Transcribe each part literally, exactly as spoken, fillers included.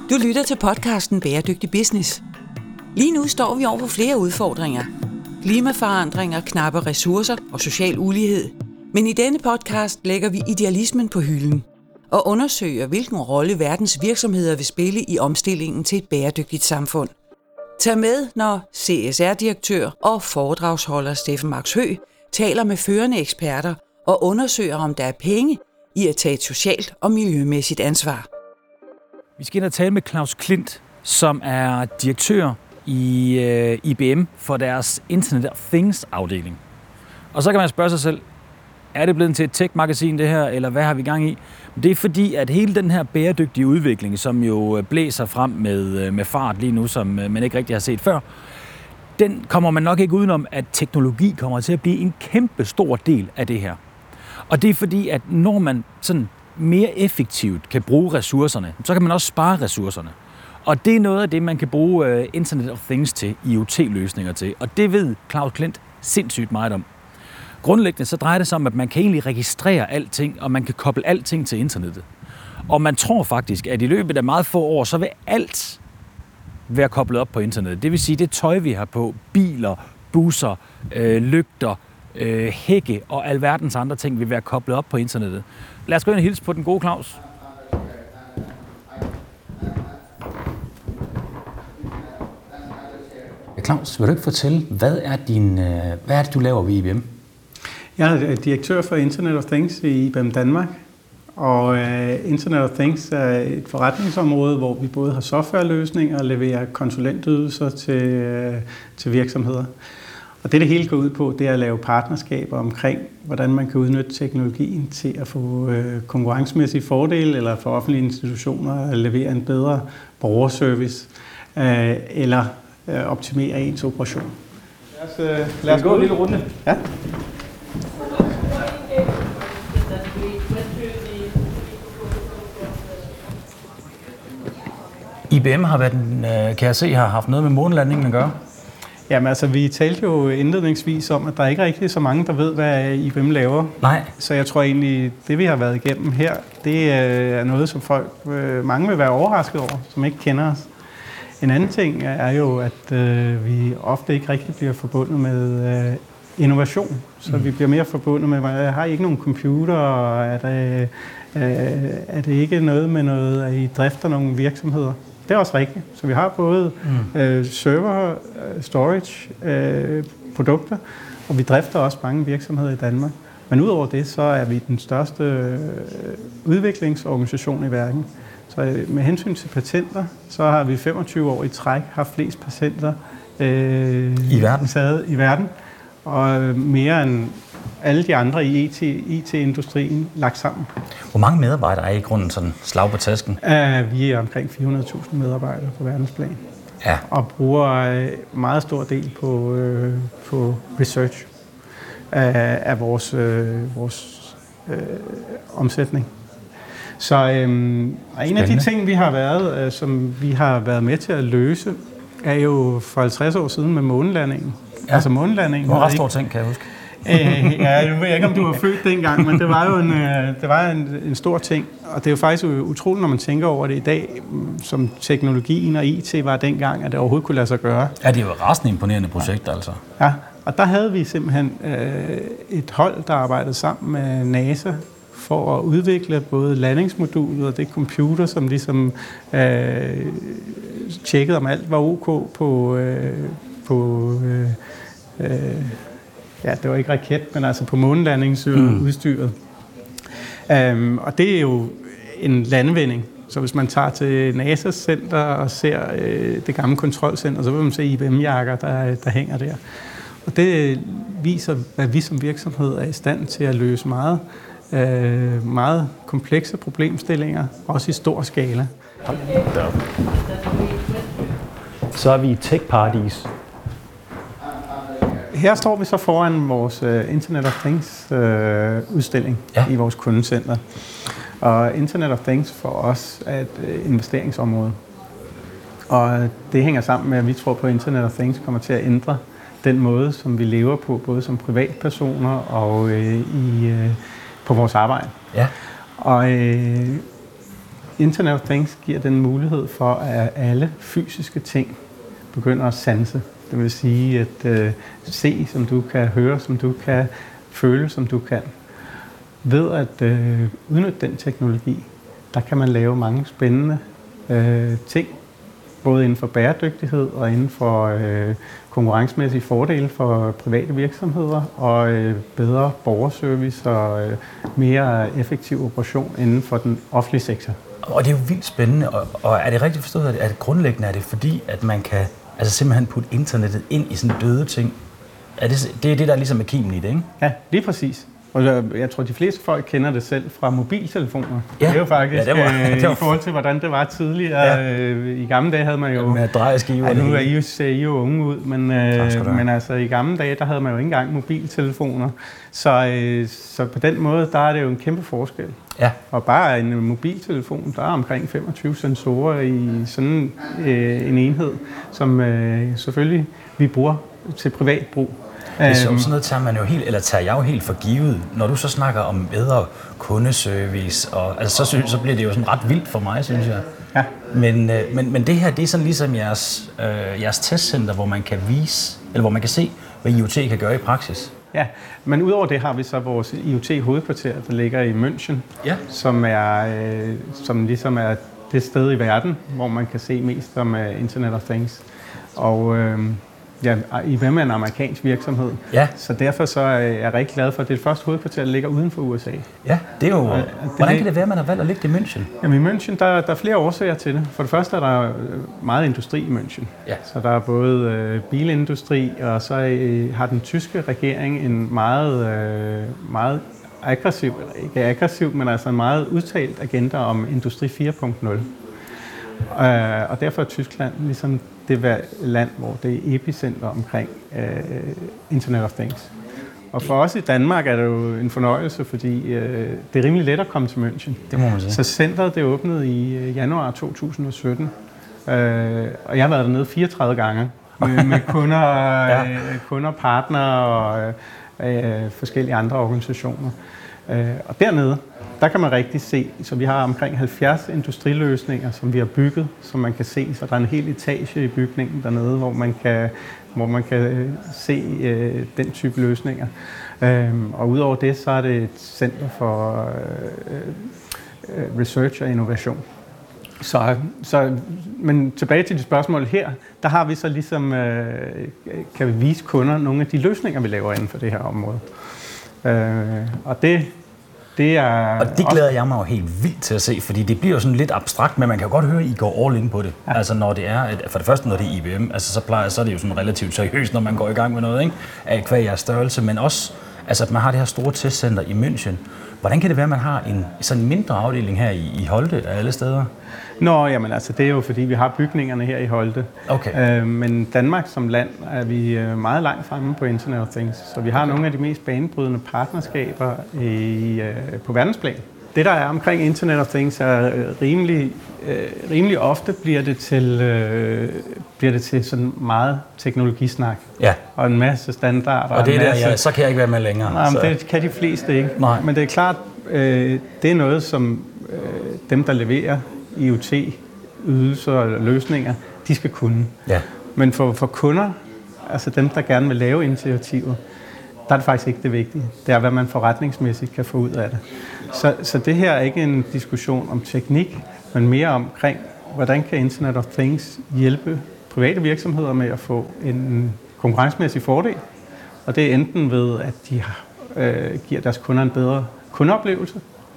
Du lytter til podcasten Bæredygtig Business. Lige nu står vi over for flere udfordringer. Klimaforandringer, knappe ressourcer og social ulighed. Men i denne podcast lægger vi idealismen på hylden og undersøger, hvilken rolle verdens virksomheder vil spille i omstillingen til et bæredygtigt samfund. Tag med, når C S R-direktør og foredragsholder Steffen Max Høgh taler med førende eksperter og undersøger, om der er penge i at tage et socialt og miljømæssigt ansvar. Vi skal ind og tale med Claus Klint, som er direktør i øh, I B M for deres Internet of Things afdeling. Og så kan man spørge sig selv, er det blevet til et tech-magasin det her, eller hvad har vi gang i? Det er fordi, at hele den her bæredygtige udvikling, som jo blæser frem med, med fart lige nu, som man ikke rigtig har set før, den kommer man nok ikke udenom, at teknologi kommer til at blive en kæmpe stor del af det her. Og det er fordi, at når man sådan mere effektivt kan bruge ressourcerne, så kan man også spare ressourcerne. Og det er noget af det, man kan bruge Internet of Things til, I O T-løsninger til. Og det ved Claus Klint sindssygt meget om. Grundlæggende så drejer det sig om, at man kan egentlig registrere alting, og man kan koble alting til internettet. Og man tror faktisk, at i løbet af meget få år, så vil alt være koblet op på internettet. Det vil sige, det tøj, vi har på, biler, busser, øh, lygter, øh, hække og alverdens andre ting vil være koblet op på internettet. Lad os gå ind og hilse på den gode Claus. Claus, vil du ikke fortælle, hvad er, din, hvad er det, du laver ved I B M? Jeg er direktør for Internet of Things i I B M Danmark, og Internet of Things er et forretningsområde, hvor vi både har softwareløsninger og leverer konsulentydelser til, til virksomheder. Og det, det hele går ud på, det er at lave partnerskaber omkring, hvordan man kan udnytte teknologien til at få konkurrencemæssige fordele, eller for offentlige institutioner at levere en bedre borgerservice, eller optimere ens operation. Lad os, lad os gå en lille runde. Ja. I B M har været, kan jeg se, har haft noget med månelandingen at gøre. Jamen altså, vi talte jo indledningsvis om, at der ikke rigtig er så mange, der ved, hvad I B M laver. Nej. Så jeg tror egentlig, det vi har været igennem her, det er noget, som folk, mange vil være overrasket over, som ikke kender os. En anden ting er jo, at øh, vi ofte ikke rigtig bliver forbundet med øh, innovation. Så mm. vi bliver mere forbundet med, har I ikke nogen computer, og er det, øh, er det ikke noget med noget, at I drifter nogle virksomheder? Det er også rigtigt. Så vi har både mm. øh, server, storage, øh, produkter, og vi drifter også mange virksomheder i Danmark. Men udover det, så er vi den største øh, udviklingsorganisation i verden. Så med hensyn til patenter, så har vi femogtyve år i træk haft flest patenter øh, I verden. Taget i verden, og mere end alle de andre i I T-industrien lagt sammen. Hvor mange medarbejdere er I grunden sådan slag på tasken? Uh, vi er omkring fire hundrede tusind medarbejdere på verdensplan, ja. Og bruger uh, meget stor del på, uh, på research uh, af vores, uh, vores uh, omsætning. Så øhm, en af de ting, vi har været, øh, som vi har været med til at løse, er jo for halvtreds år siden med månelandingen. Ja. Altså månelandingen. Det var en ret stor ting, kan jeg huske. øh, ja, jeg ved ikke, om du var født dengang, men det var jo en, øh, det var en, en stor ting. Og det er jo faktisk utroligt, når man tænker over det i dag, som teknologien og I T var dengang, at det overhovedet kunne lade sig gøre. Ja, det var resten imponerende projekt, altså. Ja, og der havde vi simpelthen øh, et hold, der arbejdede sammen med NASA, for at udvikle både landingsmodulet og det computer, som ligesom øh, tjekkede, om alt var ok på, øh, på øh, øh, ja, det var ikke raket, men altså på månelandingsudstyret. Mm. Um, og det er jo en landvinding. Så hvis man tager til N A S A's center og ser øh, det gamle kontrolcenter, så vil man se I B M-jakker, der, der hænger der. Og det viser, hvad vi som virksomhed er i stand til at løse meget Øh, meget komplekse problemstillinger, også i stor skala. Så er vi i Tech Paradis. Her står vi så foran vores uh, Internet of Things uh, udstilling ja. i vores kundecenter. Og Internet of Things for os er et uh, investeringsområde. Og det hænger sammen med, at vi tror på, at Internet of Things kommer til at ændre den måde, som vi lever på, både som privatpersoner og uh, i uh, på vores arbejde. Ja. Og øh, Internet of Things giver den mulighed for, at alle fysiske ting begynder at sanse. Det vil sige at øh, se, som du kan, høre, som du kan, føle, som du kan. Ved at øh, udnytte den teknologi, der kan man lave mange spændende øh, ting, både inden for bæredygtighed og inden for øh, konkurrencemæssige fordele for private virksomheder og øh, bedre borgerservice og øh, mere effektiv operation inden for den offentlige sektor. Og det er jo vildt spændende, og, og er det rigtigt forstået, at grundlæggende er det fordi, at man kan altså simpelthen putte internettet ind i sådan døde ting? Er det, det er det, der ligesom er kimen i det, ikke? Ja, lige præcis. Og jeg tror, de fleste folk kender det selv fra mobiltelefoner. Ja. Det er jo faktisk, ja, det var, øh, det var... i forhold til, hvordan det var tidligere. Ja. Øh, I gamle dage havde man jo... Med drejeskiver. Ja, nu er I jo, ser I jo unge ud, men, øh, men altså i gamle dage, der havde man jo ikke engang mobiltelefoner. Så, øh, så på den måde, der er det jo en kæmpe forskel. Ja. Og bare en mobiltelefon, der er omkring femogtyve sensorer i sådan øh, en enhed, som øh, selvfølgelig vi bruger til privat brug. Det er sådan noget tager man jo helt, eller tager jeg jo helt for givet. Når du så snakker om bedre kundeservice, og, altså, så, så bliver det jo sådan ret vildt for mig, synes jeg. Ja. Men, øh, men, men det her, det er sådan ligesom jeres, øh, jeres testcenter, hvor man kan vise, eller hvor man kan se, hvad I O T kan gøre i praksis. Ja, men udover det har vi så vores I O T-hovedkvarter, der ligger i München, ja. som, er, øh, som ligesom er det sted i verden, hvor man kan se mest om uh, Internet of Things. Og øh, ja, I B M er en amerikansk virksomhed, ja. så derfor så er jeg rigtig glad for, at det er det første hovedkvarter, der ligger uden for U S A. Ja, det er jo... Og, hvordan kan det være, at man har valgt at ligge i München? Jamen i München, der, der er flere årsager til det. For det første er der meget industri i München. Ja. Så der er både øh, bilindustri, og så øh, har den tyske regering en meget, øh, meget aggressiv, eller ikke aggressiv, men altså en meget udtalt agenda om Industri fire punkt nul. Øh, og derfor er Tyskland ligesom det land, hvor det er epicenter omkring øh, Internet of Things. Og for os i Danmark er det jo en fornøjelse, fordi øh, det er rimelig let at komme til München. Det må man sige. Så centret det åbnede i øh, januar to tusind og sytten, øh, og jeg har været dernede fireogtredive gange med, med kunder, ja. øh, kunder, partnere og øh, forskellige andre organisationer. Øh, og dernede, der kan man rigtig se, så vi har omkring halvfjerds industriløsninger, som vi har bygget, som man kan se. Så der er en hel etage i bygningen dernede, hvor man kan, hvor man kan se øh, den type løsninger. Øhm, og udover det, så er det et center for øh, øh, research og innovation. Så, så, men tilbage til de spørgsmål her, der har vi så ligesom, øh, kan vi vise kunder nogle af de løsninger, vi laver inden for det her område. Øh, og det Det er og det glæder jeg mig jo helt vildt til at se, fordi det bliver jo sådan lidt abstrakt, men man kan jo godt høre, at I går all in på det. Ja. Altså når det er, for det første når det er I B M, altså så plejer så er det jo sådan relativt seriøst, når man går i gang med noget, ikke? Af hver jeres størrelse, men også, altså at man har det her store testcenter i München. Hvordan kan det være, at man har en sådan en mindre afdeling her i, i Holte af alle steder? Nå, jamen altså det er jo fordi, vi har bygningerne her i Holte. Okay. Øh, men Danmark som land er vi meget langt fremme på Internet of Things. Så vi har okay. nogle af de mest banebrydende partnerskaber i, øh, på verdensplan. Det der er omkring Internet of Things er rimelig, øh, rimelig ofte bliver det til, øh, bliver det til sådan meget teknologisnak. Ja. Og en masse standarder. Og det er masse... der, ja, så kan jeg ikke være med længere. Nej, men det kan de fleste ikke. Nej. Men det er klart, øh, det er noget, som øh, dem, der leverer I O T-ydelser og løsninger, de skal kunne. Ja. Men for, for kunder, altså dem, der gerne vil lave initiativer, der er det faktisk ikke det vigtige. Det er, hvad man forretningsmæssigt kan få ud af det. Så, så det her er ikke en diskussion om teknik, men mere omkring, hvordan kan Internet of Things hjælpe private virksomheder med at få en konkurrencemæssig fordel. Og det er enten ved, at de øh, giver deres kunder en bedre kundeoplevelse,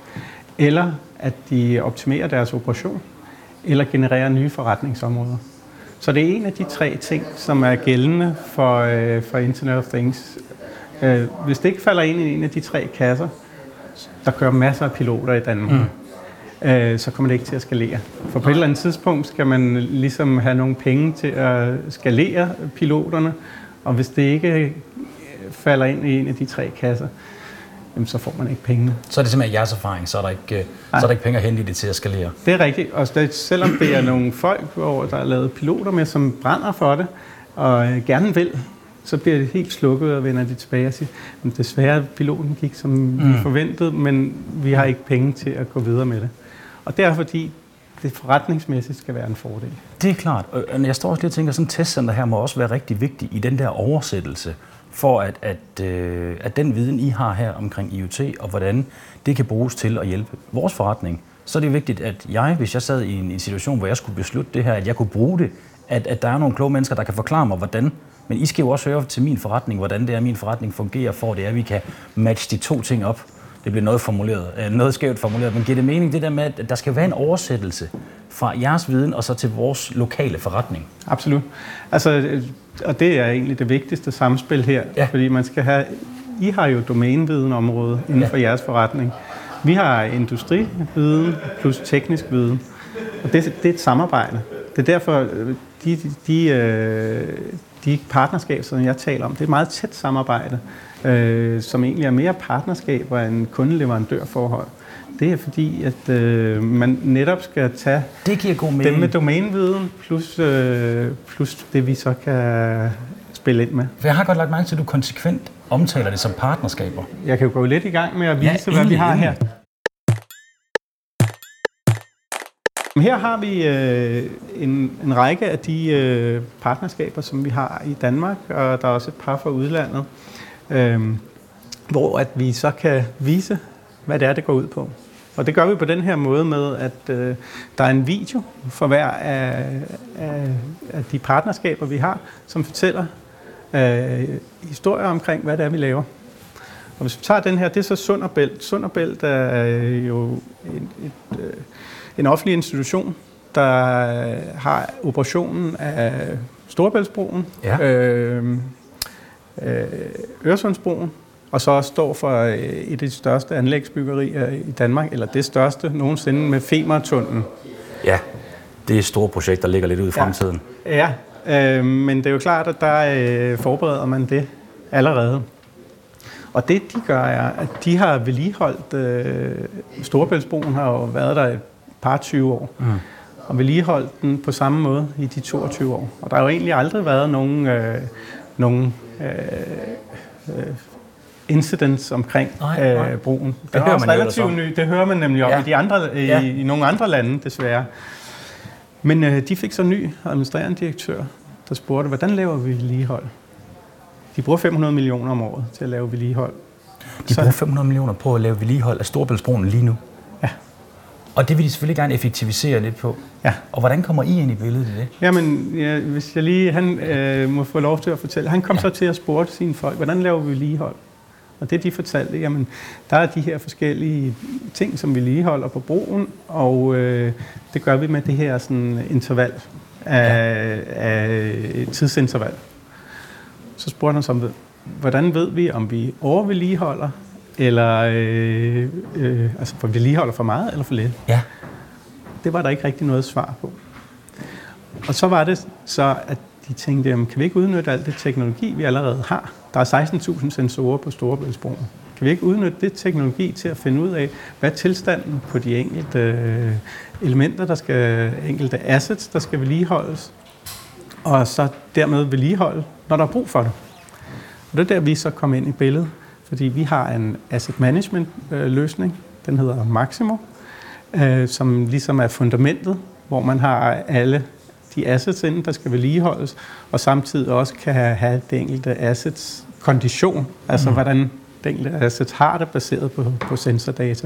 eller at de optimerer deres operation, eller genererer nye forretningsområder. Så det er en af de tre ting, som er gældende for, øh, for Internet of Things. Øh, hvis det ikke falder ind i en af de tre kasser, der kører masser af piloter i Danmark, mm. øh, så kommer det ikke til at skalere. For på et eller andet tidspunkt skal man ligesom have nogle penge til at skalere piloterne, og hvis det ikke falder ind i en af de tre kasser, jamen, så får man ikke pengene. Så er det simpelthen jeres erfaring, så er der ikke, så er der ikke penge at hente i det til at skalere. Det er rigtigt, og det, selvom det er nogle folk, hvor der er lavet piloter med, som brænder for det, og gerne vil, så bliver det helt slukket og vender de tilbage og siger, men desværre piloten gik som mm. vi forventede, men vi har ikke penge til at gå videre med det. Og det er fordi, det forretningsmæssigt skal være en fordel. Det er klart. Og jeg står også lige og tænker, at sådan et testcenter her må også være rigtig vigtigt i den der oversættelse, for at, at, øh, at den viden, I har her omkring I O T, og hvordan det kan bruges til at hjælpe vores forretning, så er det vigtigt, at jeg, hvis jeg sad i en, en situation, hvor jeg skulle beslutte det her, at jeg kunne bruge det, at, at der er nogle kloge mennesker, der kan forklare mig, hvordan. Men I skal jo også høre til min forretning, hvordan det er, min forretning fungerer, for det er, at vi kan matche de to ting op. Det bliver noget formuleret, noget skævt formuleret, men giver det mening, det der med, at der skal være en oversættelse fra jeres viden og så til vores lokale forretning? Absolut. Altså, og det er egentlig det vigtigste samspil her, ja. Fordi man skal have, I har jo domænevidenområdet inden ja. for jeres forretning. Vi har industrividen plus teknisk viden, og det, det er et samarbejde. Det er derfor, de, de, de partnerskaber, som jeg taler om, det er et meget tæt samarbejde, øh, som egentlig er mere partnerskaber end kunde-leverandør-forhold. Det er fordi, at øh, man netop skal tage det giver god mening. Dem med domæneviden, plus, øh, plus det, vi så kan spille ind med. For jeg har godt lagt mærke til, at du konsekvent omtaler det som partnerskaber. Jeg kan jo gå lidt i gang med at vise, ja, hvad vi har her. Her har vi øh, en, en række af de øh, partnerskaber, som vi har i Danmark, og der er også et par fra udlandet, øh, hvor at vi så kan vise, hvad det er, det går ud på. Og det gør vi på den her måde med, at øh, der er en video for hver af, af, af de partnerskaber, vi har, som fortæller øh, historier omkring, hvad det er, vi laver. Og hvis vi tager den her, det er så Sund og Bælt. Sund og Bælt er jo en, et, øh, en offentlig institution, der har operationen af Storebæltsbroen, ja. øh, øh, Øresundsbroen, og så også står for et af de største anlægsbyggerier i Danmark, eller det største nogensinde med Femerntunnelen. Ja, det er et stort projekt, der ligger lidt ude i fremtiden. Ja, ja øh, men det er jo klart, at der øh, forbereder man det allerede. Og det, de gør, er, at de har vedligeholdt, øh, Storebæltsbroen har jo været der et par tyve år, mm. og vedligeholdt den på samme måde i de toogtyve år. Og der har jo egentlig aldrig været nogen, øh, nogen øh, øh, incidents omkring nej, nej. Øh, broen. Det, det er også relativt ny. Det hører man nemlig om ja. i, de andre, i, ja. i nogle andre lande, desværre. Men øh, de fik så ny administrerende direktør, der spurgte, hvordan laver vi vedligehold? De bruger fem hundrede millioner om året til at lave vedligehold. De bruger fem hundrede millioner på at lave vedligehold af Storebæltsbroen lige nu? Ja. Og det vil de selvfølgelig gerne effektivisere lidt på. Ja. Og hvordan kommer I ind i billedet i det? Jamen, ja, hvis jeg lige han, øh, må få lov til at fortælle. Han kom ja. så til at spørge sine folk, hvordan laver vi vedligehold? Og det de fortalte, jamen, der er de her forskellige ting, som vi vedligeholder på broen, og øh, det gør vi med det her sådan, interval af, ja. af tidsinterval. Så spurgte han så, hvordan ved vi, om vi overvedligeholder, eller øh, øh, altså for vedligeholder for meget eller for lidt? Ja. Det var der ikke rigtig noget svar på. Og så var det så, at de tænkte, jamen, kan vi ikke udnytte alt det teknologi, vi allerede har? Der er seksten tusind sensorer på Storebæltsbroen. Kan vi ikke udnytte det teknologi til at finde ud af, hvad er tilstanden på de enkelte øh, elementer, der skal, enkelte assets, der skal vedligeholdes, og så dermed vedligeholde, når der er brug for det. Og det er der, vi så kom ind i billedet, fordi vi har en asset management øh, løsning, den hedder Maximo, øh, som ligesom er fundamentet, hvor man har alle de assets inden, der skal vedligeholdes, og samtidig også kan have det enkelte assets kondition, altså mm. hvordan det enkelte assets har det, baseret på, på sensordata.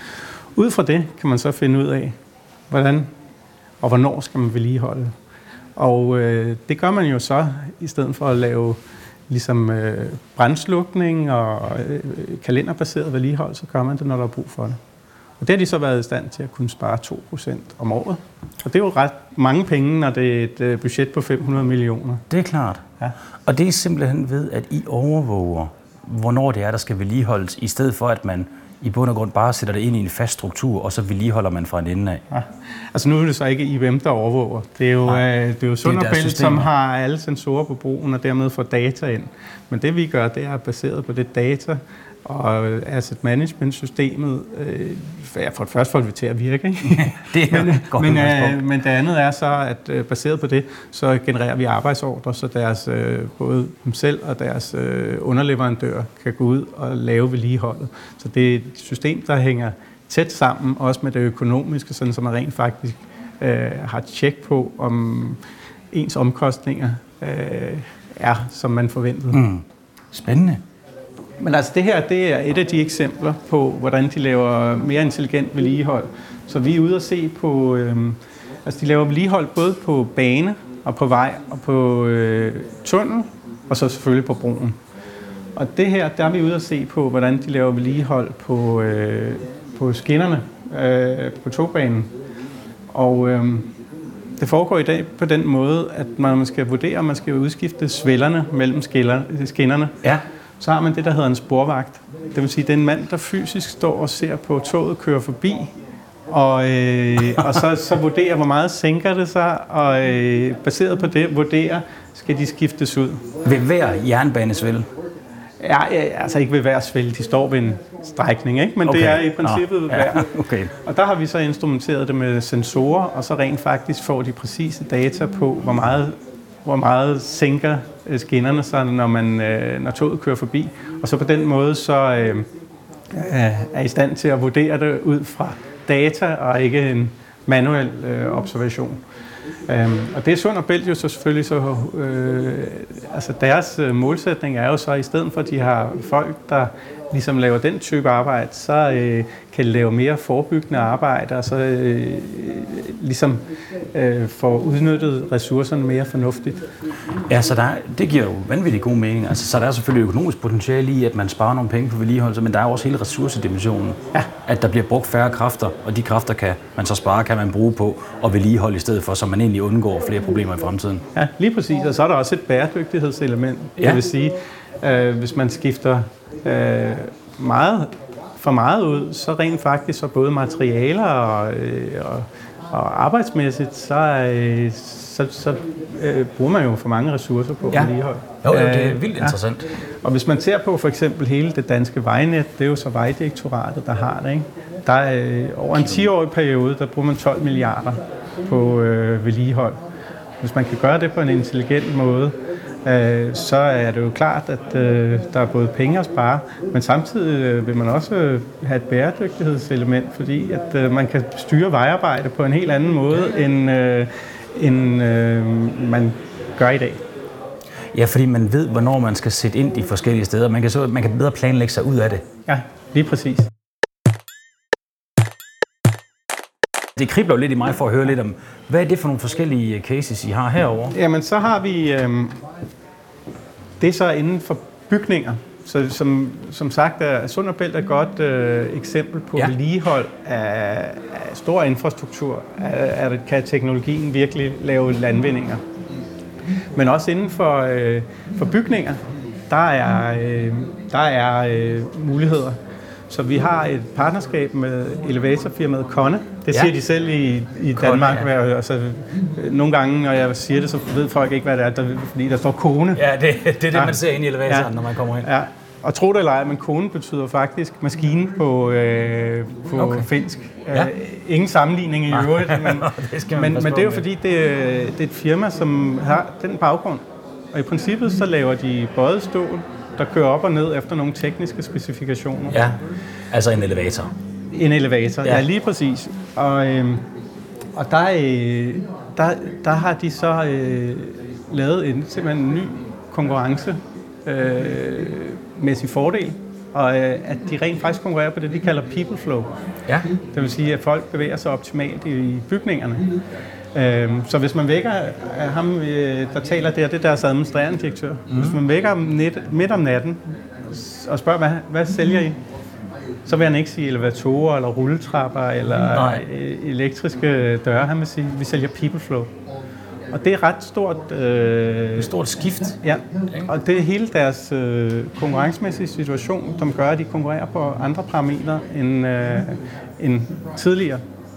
Ud fra det kan man så finde ud af, hvordan og hvornår skal man vedligeholde. Og øh, det gør man jo så, i stedet for at lave ligesom øh, brandslukning og øh, kalenderbaseret vedligehold, så gør man det, når der er brug for det. Og det har de så været i stand til at kunne spare to procent om året. Og det er jo ret mange penge, når det er et øh, budget på fem hundrede millioner. Det er klart. Ja. Og det er simpelthen ved, at I overvåger, hvornår det er, der skal vedligeholdes, i stedet for, at man i bund og grund bare sætter det ind i en fast struktur, og så vedligeholder man fra en ende af. Ja. Altså nu er det så ikke I B M, der overvåger. Det er jo, øh, det er jo Sund og Bælt, som har alle sensorer på broen, og dermed får data ind. Men det vi gør, det er baseret på det data, og asset management-systemet, øh, for det første får vi til at virke, ikke? det er men, godt men, øh, men det andet er så, at øh, baseret på det, så genererer vi arbejdsordre, så deres, øh, både dem selv og deres øh, underleverandører kan gå ud og lave vedligeholdet. Så det er et system, der hænger tæt sammen, også med det økonomiske, sådan så man rent faktisk øh, har et tjek på, om ens omkostninger øh, er, som man forventede. Mm. Spændende. Men altså det her, det er et af de eksempler på, hvordan de laver mere intelligent vedligehold. Så vi er ude at se på, øh, altså de laver vedligehold både på bane og på vej og på øh, tunnel, og så selvfølgelig på broen. Og det her, der er vi ude at se på, hvordan de laver vedligehold på, øh, på skinnerne øh, på togbanen. Og øh, det foregår i dag på den måde, at man skal vurdere, om man skal udskifte svællerne mellem skinnerne. Ja. Så har man det, der hedder en sporvagt. Det vil sige, det er en mand, der fysisk står og ser på toget køre forbi, og, øh, og så, så vurderer, hvor meget sænker det sig, og øh, baseret på det vurderer, skal de skiftes ud. Ved hver jernbanesvæl? Ja, altså ikke ved hver svælge, de står ved en strækning, ikke? Men okay. Det er i princippet ved hver. Ja, okay. Og der har vi så instrumenteret det med sensorer, og så rent faktisk får de præcise data på, hvor meget, hvor meget sænker skinnerne sig, når, man, når toget kører forbi. Og så på den måde så øh, er i stand til at vurdere det ud fra data og ikke en manuel øh, observation. Um, og det er Sund og Bælt jo så selvfølgelig så, øh, altså deres øh, målsætning er jo så, i stedet for at de har folk, der ligesom laver den type arbejde, så øh, kan de lave mere forebyggende arbejde, og så øh, ligesom øh, få udnyttet ressourcerne mere fornuftigt. Ja, så der, det giver jo vanvittigt god mening. Altså, så der er selvfølgelig økonomisk potentiale i, at man sparer nogle penge på vedligeholdelse, men der er jo også hele ressourcedimensionen. Ja. At der bliver brugt færre kræfter, og de kræfter kan man så spare, kan man bruge på at vedligeholde i stedet for, så man egentlig undgår flere problemer i fremtiden. Ja, lige præcis. Og så er der også et bæredygtighedselement. Ja. Det vil sige, øh, hvis man skifter øh, meget, for meget ud, så rent faktisk så både materialer og, øh, og, og arbejdsmæssigt, så, øh, så, så øh, bruger man jo for mange ressourcer på ja. vedligehold. Jo, jo, det er vildt ja. interessant. Og hvis man ser på for eksempel hele det danske vejnet, det er jo så Vejdirektoratet, der har det, ikke? Der er øh, over en ti-årig periode, der bruger man tolv milliarder på øh, vedligehold. Hvis man kan gøre det på en intelligent måde, øh, så er det jo klart, at øh, der er både penge at spare, men samtidig øh, vil man også øh, have et bæredygtighedselement, fordi at øh, man kan styre vejarbejde på en helt anden måde, end, øh, end øh, man gør i dag. Ja, fordi man ved, hvornår man skal sætte ind de forskellige steder. Man kan, så, man kan bedre planlægge sig ud af det. Ja, lige præcis. Det kribler jo lidt i mig for at høre lidt om, hvad er det for nogle forskellige cases, I har herovre? Jamen, så har vi, øh, det er så inden for bygninger. Så som, som sagt, er Sund og Bælt et godt øh, eksempel på ja. vedligehold af, af stor infrastruktur. At, at kan teknologien virkelig lave landvindinger. Men også inden for, øh, for bygninger, der er, øh, der er øh, muligheder. Så vi har et partnerskab med elevatorfirmaet Konne. Det siger ja. de selv i, i Danmark. Konne, ja. Altså, nogle gange, når jeg siger det, så ved folk ikke, hvad det er, der, fordi der står kone. Ja, det, det er det, ja. man ser ind i elevatoren, ja. når man kommer ind. Ja. Og tro det eller ej, men kone betyder faktisk maskine på, øh, på okay. finsk. Ja. Uh, ingen sammenligning i øvrigt, men, det, men, men det er jo fordi, det, det er et firma, som har den baggrund. Og i princippet så laver de bøjet stål, der kører op og ned efter nogle tekniske specifikationer. Ja, altså en elevator. En elevator, ja, ja lige præcis. Og, øh, og der, øh, der, der har de så øh, lavet en, simpelthen en ny konkurrence øh, mæssig fordel, og øh, at de rent faktisk konkurrerer på det, de kalder people flow. Ja. Det vil sige, at folk bevæger sig optimalt i bygningerne. Øhm, så hvis man vækker ham, øh, der taler der, det er deres administrerende direktør. Mm. Hvis man vækker ham net, midt om natten og spørger, hvad, hvad sælger I? Så vil han ikke sige elevatorer, eller rulletrapper, eller øh, elektriske døre. Han vil sige, vi sælger people flow. Og det er ret stort... Øh, et stort skift. Ja, og det er hele deres øh, konkurrencemæssige situation, som gør, at de konkurrerer på andre parametre end, øh, end tidligere.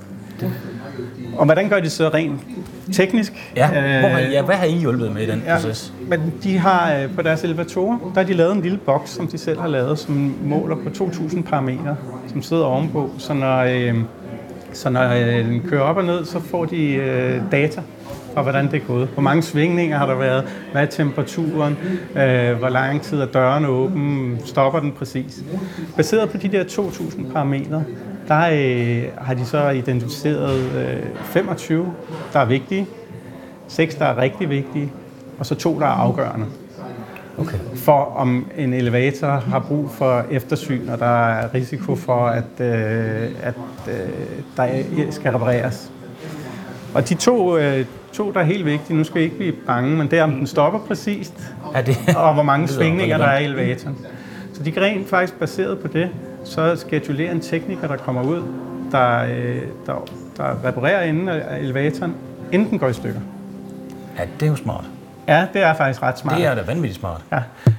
Og hvordan gør de så rent teknisk? Ja, hvor har I, ja, hvad har I hjulpet med i den ja, proces? Men de har på deres elevatorer, der har de lavet en lille boks, som de selv har lavet, som måler på to tusind parametre, som sidder ovenpå. Så når, øh, så når øh, den kører op og ned, så får de øh, data fra, hvordan det er gået. Hvor mange svingninger har der været? Hvad er temperaturen? Øh, hvor lang tid er døren åben? Stopper den præcis? Baseret på de der to tusind parametre, der øh, har de så identificeret øh, femogtyve, der er vigtige, seks, der er rigtig vigtige, og så to, der er afgørende. Okay. For om en elevator har brug for eftersyn, og der er risiko for, at, øh, at øh, der skal repareres. Og de to, øh, to, der er helt vigtige, nu skal I ikke blive bange, men det er, om den stopper præcist, er det? og hvor mange svingninger der er i elevatoren. Så de kan rent faktisk baseret på det, så schedulerer en tekniker, der kommer ud, der, øh, der, der reparerer inden af elevatoren, inden den går i stykker. Ja, det er jo smart. Ja, det er faktisk ret smart. Det er da vanvittigt smart. Ja.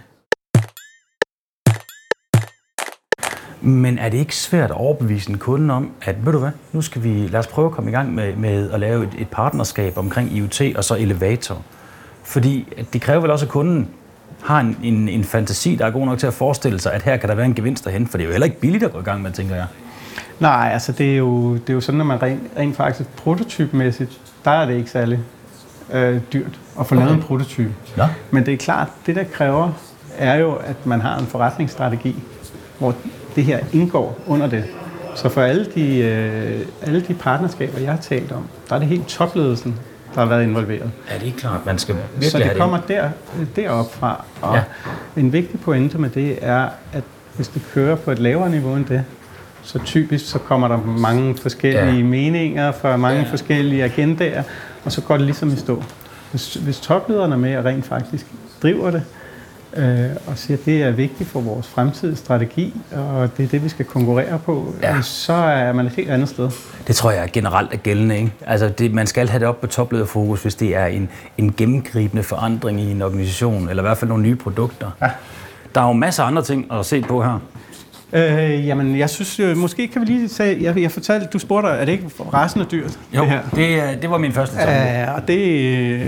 Men er det ikke svært at overbevise en kunde om, at ved du hvad, nu skal vi lad os prøve at komme i gang med, med at lave et, et partnerskab omkring I O T og så elevator? Fordi det kræver vel også, at kunden har en, en, en fantasi, der er god nok til at forestille sig, at her kan der være en gevinst derhen, for det er jo heller ikke billigt at gå i gang med, tænker jeg. Nej, altså det er jo, det er jo sådan, at man rent, rent faktisk prototypmæssigt, der er det ikke særlig øh, dyrt at få lavet okay. en prototype. Ja. Men det er klart, det der kræver, er jo, at man har en forretningsstrategi, hvor det her indgår under det. Så for alle de, øh, alle de partnerskaber, jeg har talt om, der er det helt topledelsen, der har været involveret. Er det ikke klart? Man skal virkelig Så det have kommer der, derop fra. Og ja. En vigtig pointe med det er, at hvis det kører på et lavere niveau end det, så typisk så kommer der mange forskellige ja. meninger fra mange ja. forskellige agendaer, og så går det ligesom i stå. Hvis, hvis toplederne er med og rent faktisk driver det, øh, og siger, at det er vigtigt for vores fremtidige strategi, og det er det, vi skal konkurrere på, ja. så er man et helt andet sted. Det tror jeg generelt er gældende, ikke? Altså det, man skal have det op på toplederfokus, hvis det er en, en gennemgribende forandring i en organisation, eller i hvert fald nogle nye produkter. Ja. Der er jo masser af andre ting at se på her. Øh, jamen, jeg synes, øh, måske kan vi lige sige, jeg, jeg fortalte, du spurgte, er det ikke rasende dyrt? Jo, det her? Det, det var min første tanke. Øh, og det, øh,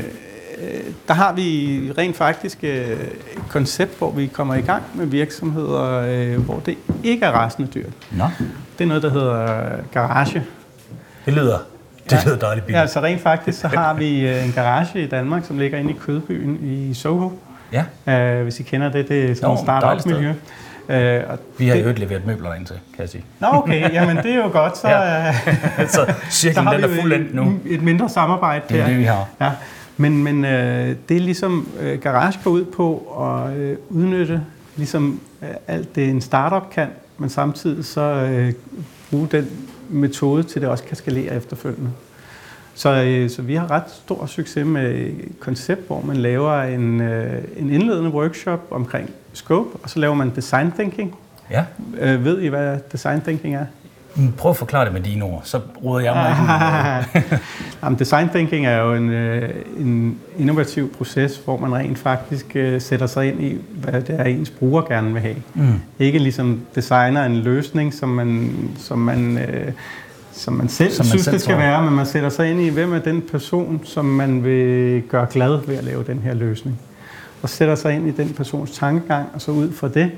der har vi rent faktisk øh, et koncept, hvor vi kommer i gang med virksomheder, øh, hvor det ikke er rasende dyrt. Nå. Det er noget, der hedder garage. Det lyder, det lyder dejligt billigt. Ja, så rent faktisk så har vi en garage i Danmark, som ligger inde i Kødbyen i Soho. Ja. Øh, hvis I kender det, det er sådan et start-up-miljø. Øh, og vi har jo ikke leveret møbler derind til, kan jeg sige. Nå okay, jamen det er jo godt, så, ja. så cirklen den er fuldendt nu. Et mindre samarbejde der. Det er det, vi har. Ja. Men, men øh, det er ligesom, øh, garage går ud på at øh, udnytte ligesom øh, alt det en startup kan, men samtidig så øh, bruge den metode til det også kan skalere efterfølgende. Så, øh, så vi har ret stor succes med et koncept, hvor man laver en, øh, en indledende workshop omkring scope, og så laver man design thinking. Ja. Øh, ved I, hvad design thinking er? Prøv at forklare det med dine ord, så ruder jeg mig ikke. Jamen, design thinking er jo en, en innovativ proces, hvor man rent faktisk uh, sætter sig ind i, hvad det er, ens bruger gerne vil have. Mm. Ikke ligesom designer en løsning, som man, som man, uh, som man selv som man synes, selv det skal tror. være, men man sætter sig ind i, hvem er den person, som man vil gøre glad ved at lave den her løsning. Og sætter sig ind i den persons tankegang, og så ud fra det,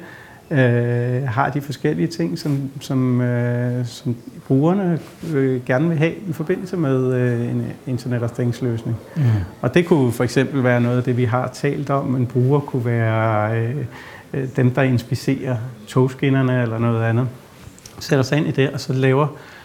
Øh, har de forskellige ting, som, som, øh, som brugerne øh, gerne vil have i forbindelse med øh, en Internet of Things løsning. Mm. Og det kunne for eksempel være noget af det, vi har talt om. En bruger kunne være øh, dem, der inspicerer togskinnerne eller noget andet. Sætter sig ind i det, og så laver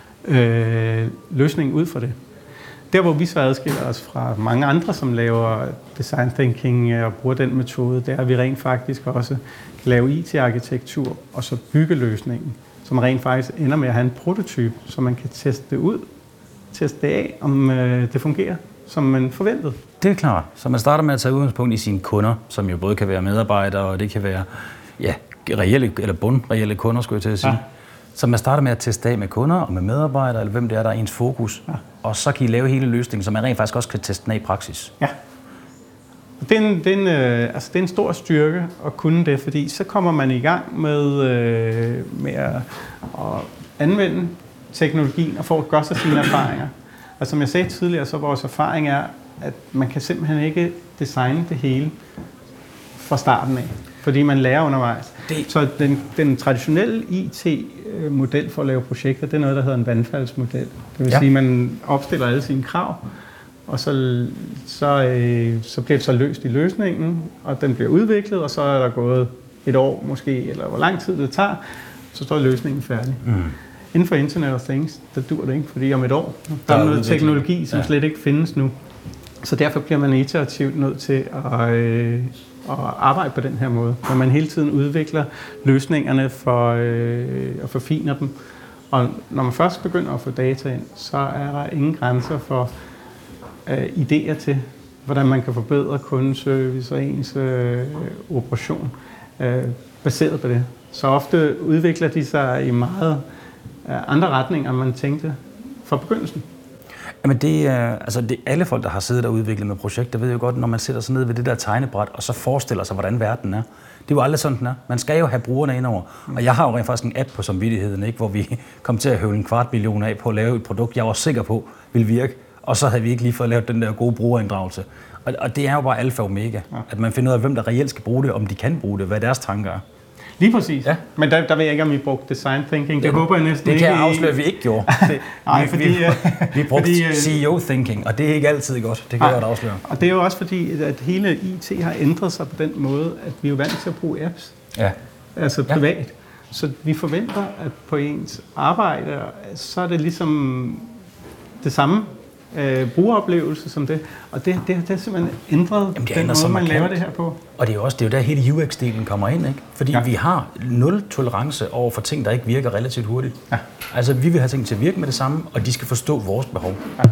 øh, løsningen ud fra det. Der, hvor vi så adskiller os fra mange andre, som laver design thinking og bruger den metode, det er, at vi rent faktisk også kan lave I T-arkitektur og så bygge løsningen, som rent faktisk ender med at have en prototype, så man kan teste det ud, teste det af, om øh, det fungerer, som man forventede. Det er klart. Så man starter med at tage udgangspunkt i sine kunder, som jo både kan være medarbejdere, og det kan være ja, reelle eller bundreelle kunder, skulle jeg til at sige. Ja. Så man starter med at teste af med kunder og med medarbejdere, eller hvem det er, der er ens fokus. Ja. Og så kan I lave hele løsningen, så man rent faktisk også kan teste den af i praksis. Ja. Det er, en, det, er en, øh, altså det er en stor styrke at kunne det, fordi så kommer man i gang med, øh, med at, at anvende teknologien og få at gøre sig sine erfaringer. Og som jeg sagde tidligere, så vores erfaring er, at man kan simpelthen ikke designe det hele fra starten af, fordi man lærer undervejs. Det. Så den, den traditionelle I T-model for at lave projekter, det er noget, der hedder en vandfaldsmodel. Det vil ja. sige, at man opstiller alle sine krav, og så, så, øh, så bliver det så løst i løsningen, og den bliver udviklet, og så er der gået et år måske, eller hvor lang tid det tager, så står løsningen færdig. Mm. Inden for Internet of Things, der dur det ikke, fordi om et år, der, der er noget udvikling. Teknologi, som ja. slet ikke findes nu. Så derfor bliver man iterativt nødt til at, øh, at arbejde på den her måde, hvor man hele tiden udvikler løsningerne for, øh, og forfiner dem. Og når man først begynder at få data ind, så er der ingen grænser for øh, idéer til, hvordan man kan forbedre kundeservice og ens øh, operation øh, baseret på det. Så ofte udvikler de sig i meget øh, andre retninger, end man tænkte fra begyndelsen. Jamen det er, altså det er alle folk, der har siddet og udviklet med projekter, ved jo godt, når man sætter sig ned ved det der tegnebræt, og så forestiller sig, hvordan verden er. Det er jo aldrig sådan, den er. Man skal jo have brugerne indover. Og jeg har jo rent faktisk en app på samvittigheden, ikke, hvor vi kom til at høvle en kvart million af på at lave et produkt, jeg var sikker på ville virke, og så havde vi ikke lige fået lavet den der gode brugerinddragelse. Og, og det er jo bare alfa og omega, ja. At man finder ud af, hvem der reelt skal bruge det, om de kan bruge det, hvad deres tanker er. Lige præcis. Ja. Men der, der ved jeg ikke, om I brugte design thinking. Det, det håber jeg næsten det ikke. Det kan jeg afsløre, at vi ikke gjorde. Nej, fordi... Vi, vi brugte fordi, C E O thinking, og det er ikke altid godt. Det kan jeg godt afsløre. Og det er jo også fordi, at hele I T har ændret sig på den måde, at vi er vant til at bruge apps. Ja. Altså privat. Ja. Så vi forventer, at på ens arbejde, så er det ligesom det samme øh, brugeroplevelse som det. Og det, det, det har simpelthen ændret Jamen, den måde, man laver det her på. Og det er jo også det er jo der hele U X-delen kommer ind, ikke? Fordi ja. Vi har nul tolerance over for ting, der ikke virker relativt hurtigt. Ja. Altså, vi vil have ting til at virke med det samme, og de skal forstå vores behov. Ja.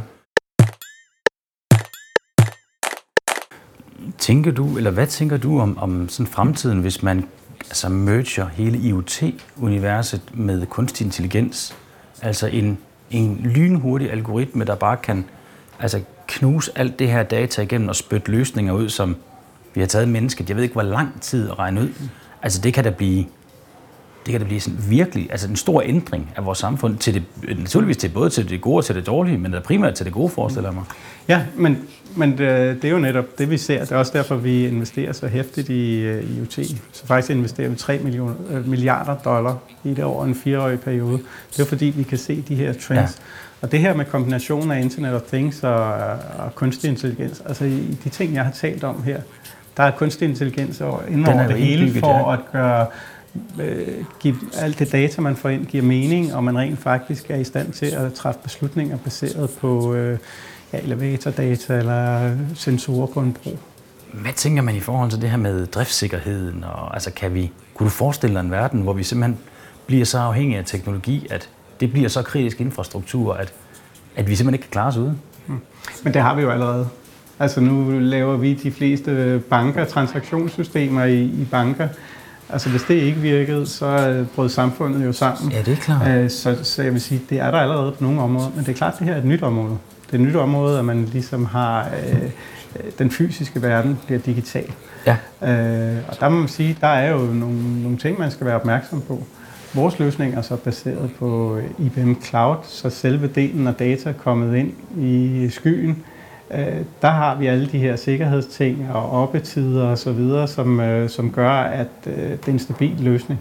Tænker du, eller hvad tænker du om, om sådan fremtiden, hvis man altså merger hele I O T-universet med kunstig intelligens? Altså en, en lynhurtig algoritme, der bare kan altså knuse alt det her data igennem og spytte løsninger ud, som vi har taget mennesket. Jeg ved ikke, hvor lang tid at regne ud. Altså det kan da blive, det kan da blive sådan virkelig, altså en stor ændring af vores samfund til det, naturligvis til både til det gode og til det dårlige, men primært til det gode, forestiller jeg mig. Ja, men, men det, det er jo netop det, vi ser. Det er også derfor, vi investerer så hæftigt i I O T. Så faktisk investerer vi tre milliarder dollar i det over en fireårig periode. Det er fordi, vi kan se de her trends. Ja. Og det her med kombinationen af Internet of Things og, og kunstig intelligens, altså i de ting, jeg har talt om her, der er kunstig intelligens inden over det hele for at gøre øh, give, alt det data, man får ind, giver mening, og man rent faktisk er i stand til at træffe beslutninger baseret på øh, ja, elevatordata eller sensorer på en bro. Hvad tænker man i forhold til det her med driftssikkerheden? Og, altså, kan vi, kunne du forestille dig en verden, hvor vi simpelthen bliver så afhængige af teknologi, at det bliver så kritisk infrastruktur, at, at vi simpelthen ikke kan klare os ude? Hmm. Men det har vi jo allerede. Altså nu laver vi de fleste banker, transaktionssystemer i, i banker. Altså hvis det ikke virkede, så brød samfundet jo sammen. Ja, det er klart. Så, så jeg vil sige, det er der allerede på nogle områder. Men det er klart, at det her er et nyt område. Det er et nyt område, at man ligesom har øh, den fysiske verden bliver digital. Ja. Øh, og der må man sige, der er jo nogle, nogle ting, man skal være opmærksom på. Vores løsning er så baseret på I B M Cloud, så selve delen af data er kommet ind i skyen. Der har vi alle de her sikkerhedsting og oppetider og så videre, som, som gør, at det er en stabil løsning.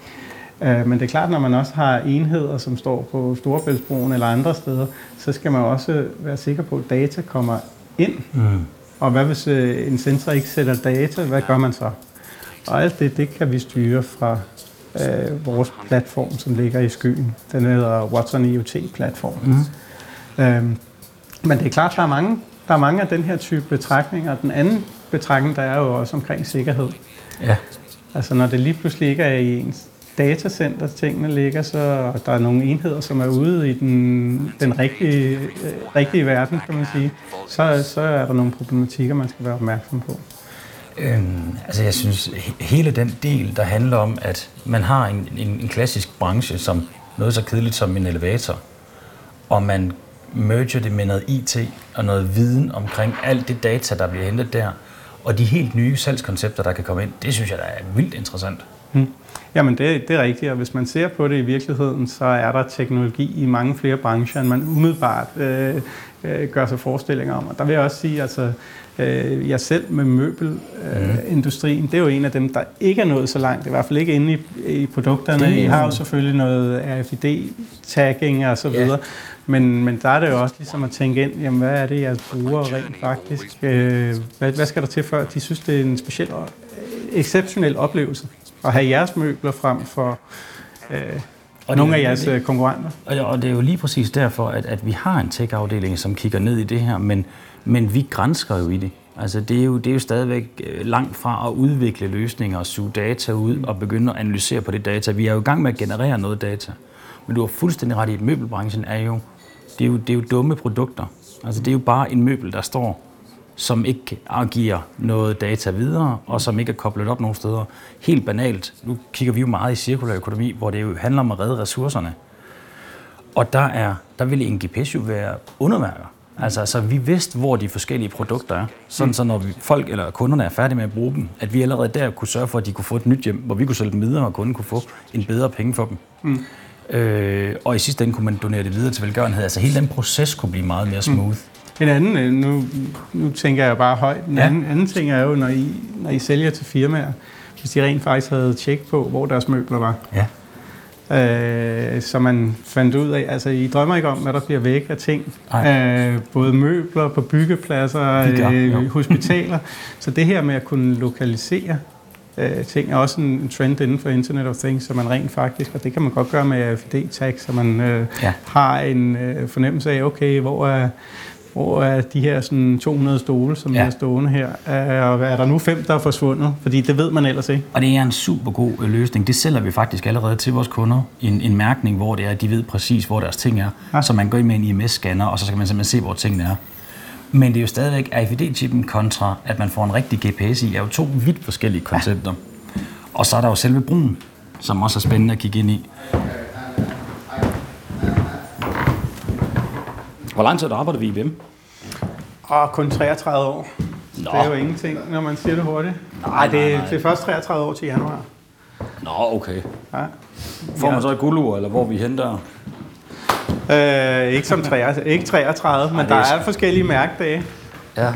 Men det er klart, når man også har enheder, som står på Storebæltsbroen eller andre steder, så skal man også være sikker på, at data kommer ind. Mm. Og hvad hvis en sensor ikke sætter data, hvad gør man så? Og alt det, det kan vi styre fra øh, vores platform, som ligger i skyen. Den hedder Watson I O T-platform. Mm. Øhm, men det er klart, der er mange Der er mange af den her type betragtninger. Den anden betragtning, der er jo også omkring sikkerhed. Ja. Altså når det lige pludselig ikke er i ens datacenter, tingene ligger, så der er nogle enheder, som er ude i den, den rigtige, øh, rigtige verden, kan man sige, så, så er der nogle problematikker, man skal være opmærksom på. Øhm, altså jeg synes, hele den del, der handler om, at man har en, en, en klassisk branche, som noget så kedeligt som en elevator, og man merger det med noget I T og noget viden omkring alt det data, der bliver hentet der, og de helt nye salgskoncepter, der kan komme ind, det synes jeg, der er vildt interessant. Hmm. Jamen det, det er rigtigt, og hvis man ser på det i virkeligheden, så er der teknologi i mange flere brancher, end man umiddelbart øh, øh, gør sig forestillinger om. Og der vil jeg også sige, altså øh, jeg selv med møbelindustrien, øh, mm. det er jo en af dem, der ikke er nået så langt, i hvert fald ikke inde i, i produkterne. Det, I har jo selvfølgelig noget R F I D-tagging og så videre. Yeah. Men, men der er det jo også ligesom at tænke ind, jamen hvad er det, jeg bruger rent faktisk? Øh, hvad, hvad skal der til, før de synes, det er en speciel, exceptionel oplevelse at have jeres møbler frem for øh, Og nogle det, af jeres det, konkurrenter. Og det er jo lige præcis derfor, at, at vi har en tech-afdeling, som kigger ned i det her, men, men vi gransker jo i det. Altså det er jo, det er jo stadigvæk langt fra at udvikle løsninger og suge data ud og begynde at analysere på det data. Vi er jo i gang med at generere noget data. Men du har fuldstændig ret i, at møbelbranchen er jo, det er jo, det er jo dumme produkter. Altså det er jo bare en møbel, der står, som ikke giver noget data videre, og som ikke er koblet op nogen steder. Helt banalt, nu kigger vi jo meget i cirkulær økonomi, hvor det jo handler om at redde ressourcerne. Og der, er, der vil en G P S jo være underværker. Altså, så vi vidste, hvor de forskellige produkter er. Sådan så når vi, folk eller kunderne er færdige med at bruge dem, at vi allerede der kunne sørge for, at de kunne få et nyt hjem, hvor vi kunne sælge dem videre, og kunden kunne få en bedre penge for dem. Mm. Øh, og i sidste ende kunne man donere det videre til velgørenhed. Altså hele den proces kunne blive meget mere smooth. Mm. En anden, nu, nu tænker jeg bare højt, en ja. anden, anden ting er jo, når I, når I sælger til firmaer, hvis de rent faktisk havde tjek på, hvor deres møbler var. Ja. Øh, så man fandt ud af, altså I drømmer ikke om, hvad der bliver væk af ting. Øh, både møbler på byggepladser, øh, hospitaler. Så det her med at kunne lokalisere øh, ting er også en trend inden for Internet of Things, så man rent faktisk, og det kan man godt gøre med R F I D-tag, så man øh, ja. har en øh, fornemmelse af, okay, hvor er Hvor er de her sådan to hundrede stole, som ja. er stående her? Og er der nu fem, der er forsvundet? Fordi det ved man ellers ikke. Og det er en super god løsning. Det sælger vi faktisk allerede til vores kunder. En, en mærkning, hvor det er, at de ved præcis, hvor deres ting er. Ja. Så man går ind med en I M S-scanner, og så kan man simpelthen se, hvor tingene er. Men det er jo stadigvæk R F I D-chippen kontra, at man får en rigtig G P S i, er jo to vidt forskellige koncepter. Ja. Og så er der jo selve brugen, som også er spændende at kigge ind i. Hvor lang tid arbejder vi i I B M? Og kun treogtredive år. Nå. Det er jo ingenting, når man siger det hurtigt. Nej, det, nej, nej. det er først treogtredive år til januar. Nå, okay. Ja. Får man så et guldur, eller hvor vi henter? Øh, ikke som treogtredive, ikke treogtredive, men nej, der er, er forskellige mærkedage. Ja.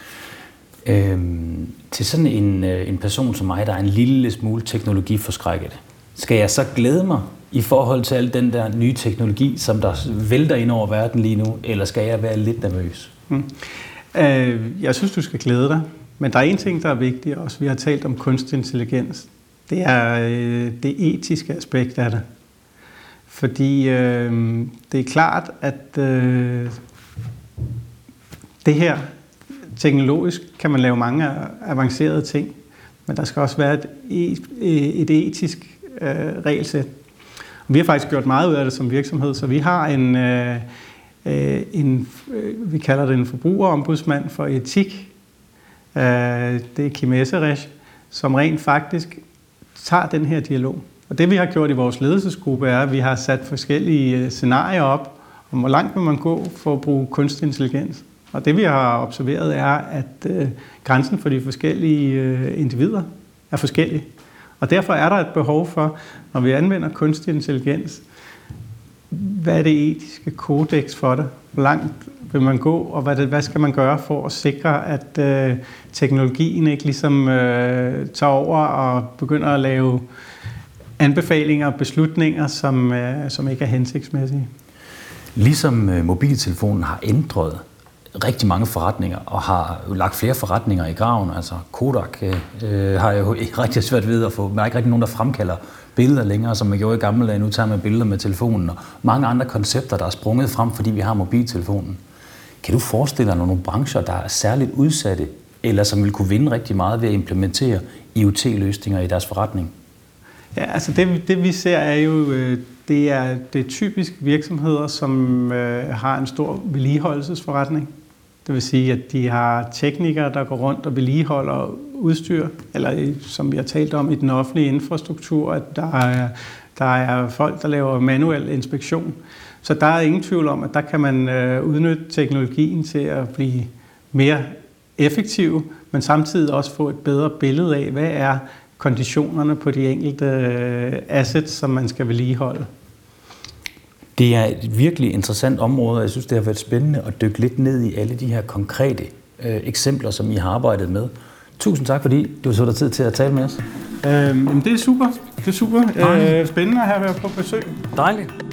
Øhm, til sådan en, en person som mig, der er en lille smule teknologiforskrækket, skal jeg så glæde mig i forhold til al den der nye teknologi, som der vælter ind over verden lige nu, eller skal jeg være lidt nervøs? Hmm. Øh, jeg synes, du skal glæde dig. Men der er en ting, der er vigtig også. Vi har talt om kunstig intelligens. Det er øh, det etiske aspekt af det. Fordi øh, det er klart, at øh, det her teknologisk kan man lave mange avancerede ting, men der skal også være et, et etisk øh, regelsæt. Vi har faktisk gjort meget ud af det som virksomhed, så vi har en, øh, en øh, vi kalder det en forbrugerombudsmand for etik. Øh, det er Kim Esserich, som rent faktisk tager den her dialog. Og det vi har gjort i vores ledelsesgruppe er, at vi har sat forskellige scenarier op, om hvor langt vil man gå for at bruge kunstig intelligens. Og det vi har observeret er, at øh, grænsen for de forskellige øh, individer er forskellig. Og derfor er der et behov for, når vi anvender kunstig intelligens, hvad er det etiske kodex for det? Hvor langt vil man gå, og hvad, det, hvad skal man gøre for at sikre, at øh, teknologien ikke ligesom øh, tager over og begynder at lave anbefalinger og beslutninger, som, øh, som ikke er hensigtsmæssige? Ligesom øh, mobiltelefonen har ændret rigtig mange forretninger, og har jo lagt flere forretninger i graven. Altså Kodak øh, har jo rigtig svært ved at få, der er ikke rigtig nogen, der fremkalder billeder længere, som man gjorde i gamle dage. Nu tager man billeder med telefonen, og mange andre koncepter, der er sprunget frem, fordi vi har mobiltelefonen. Kan du forestille dig nogle brancher, der er særligt udsatte, eller som vil kunne vinde rigtig meget ved at implementere I O T-løsninger i deres forretning? Ja, altså det, det vi ser er jo, det er, det er typisk virksomheder, som øh, har en stor vedligeholdelsesforretning. Det vil sige, at de har teknikere, der går rundt og vedligeholder udstyr, eller som vi har talt om i den offentlige infrastruktur, at der er, der er folk, der laver manuel inspektion. Så der er ingen tvivl om, at der kan man øh, udnytte teknologien til at blive mere effektiv, men samtidig også få et bedre billede af, hvad er konditionerne på de enkelte assets, som man skal vedligeholde. Det er et virkelig interessant område, og jeg synes, det har været spændende at dykke lidt ned i alle de her konkrete øh, eksempler, som I har arbejdet med. Tusind tak, fordi du så dig tid til at tale med os. Øhm, det er super. Det er super. Øh, spændende at have været på besøg. Dejligt.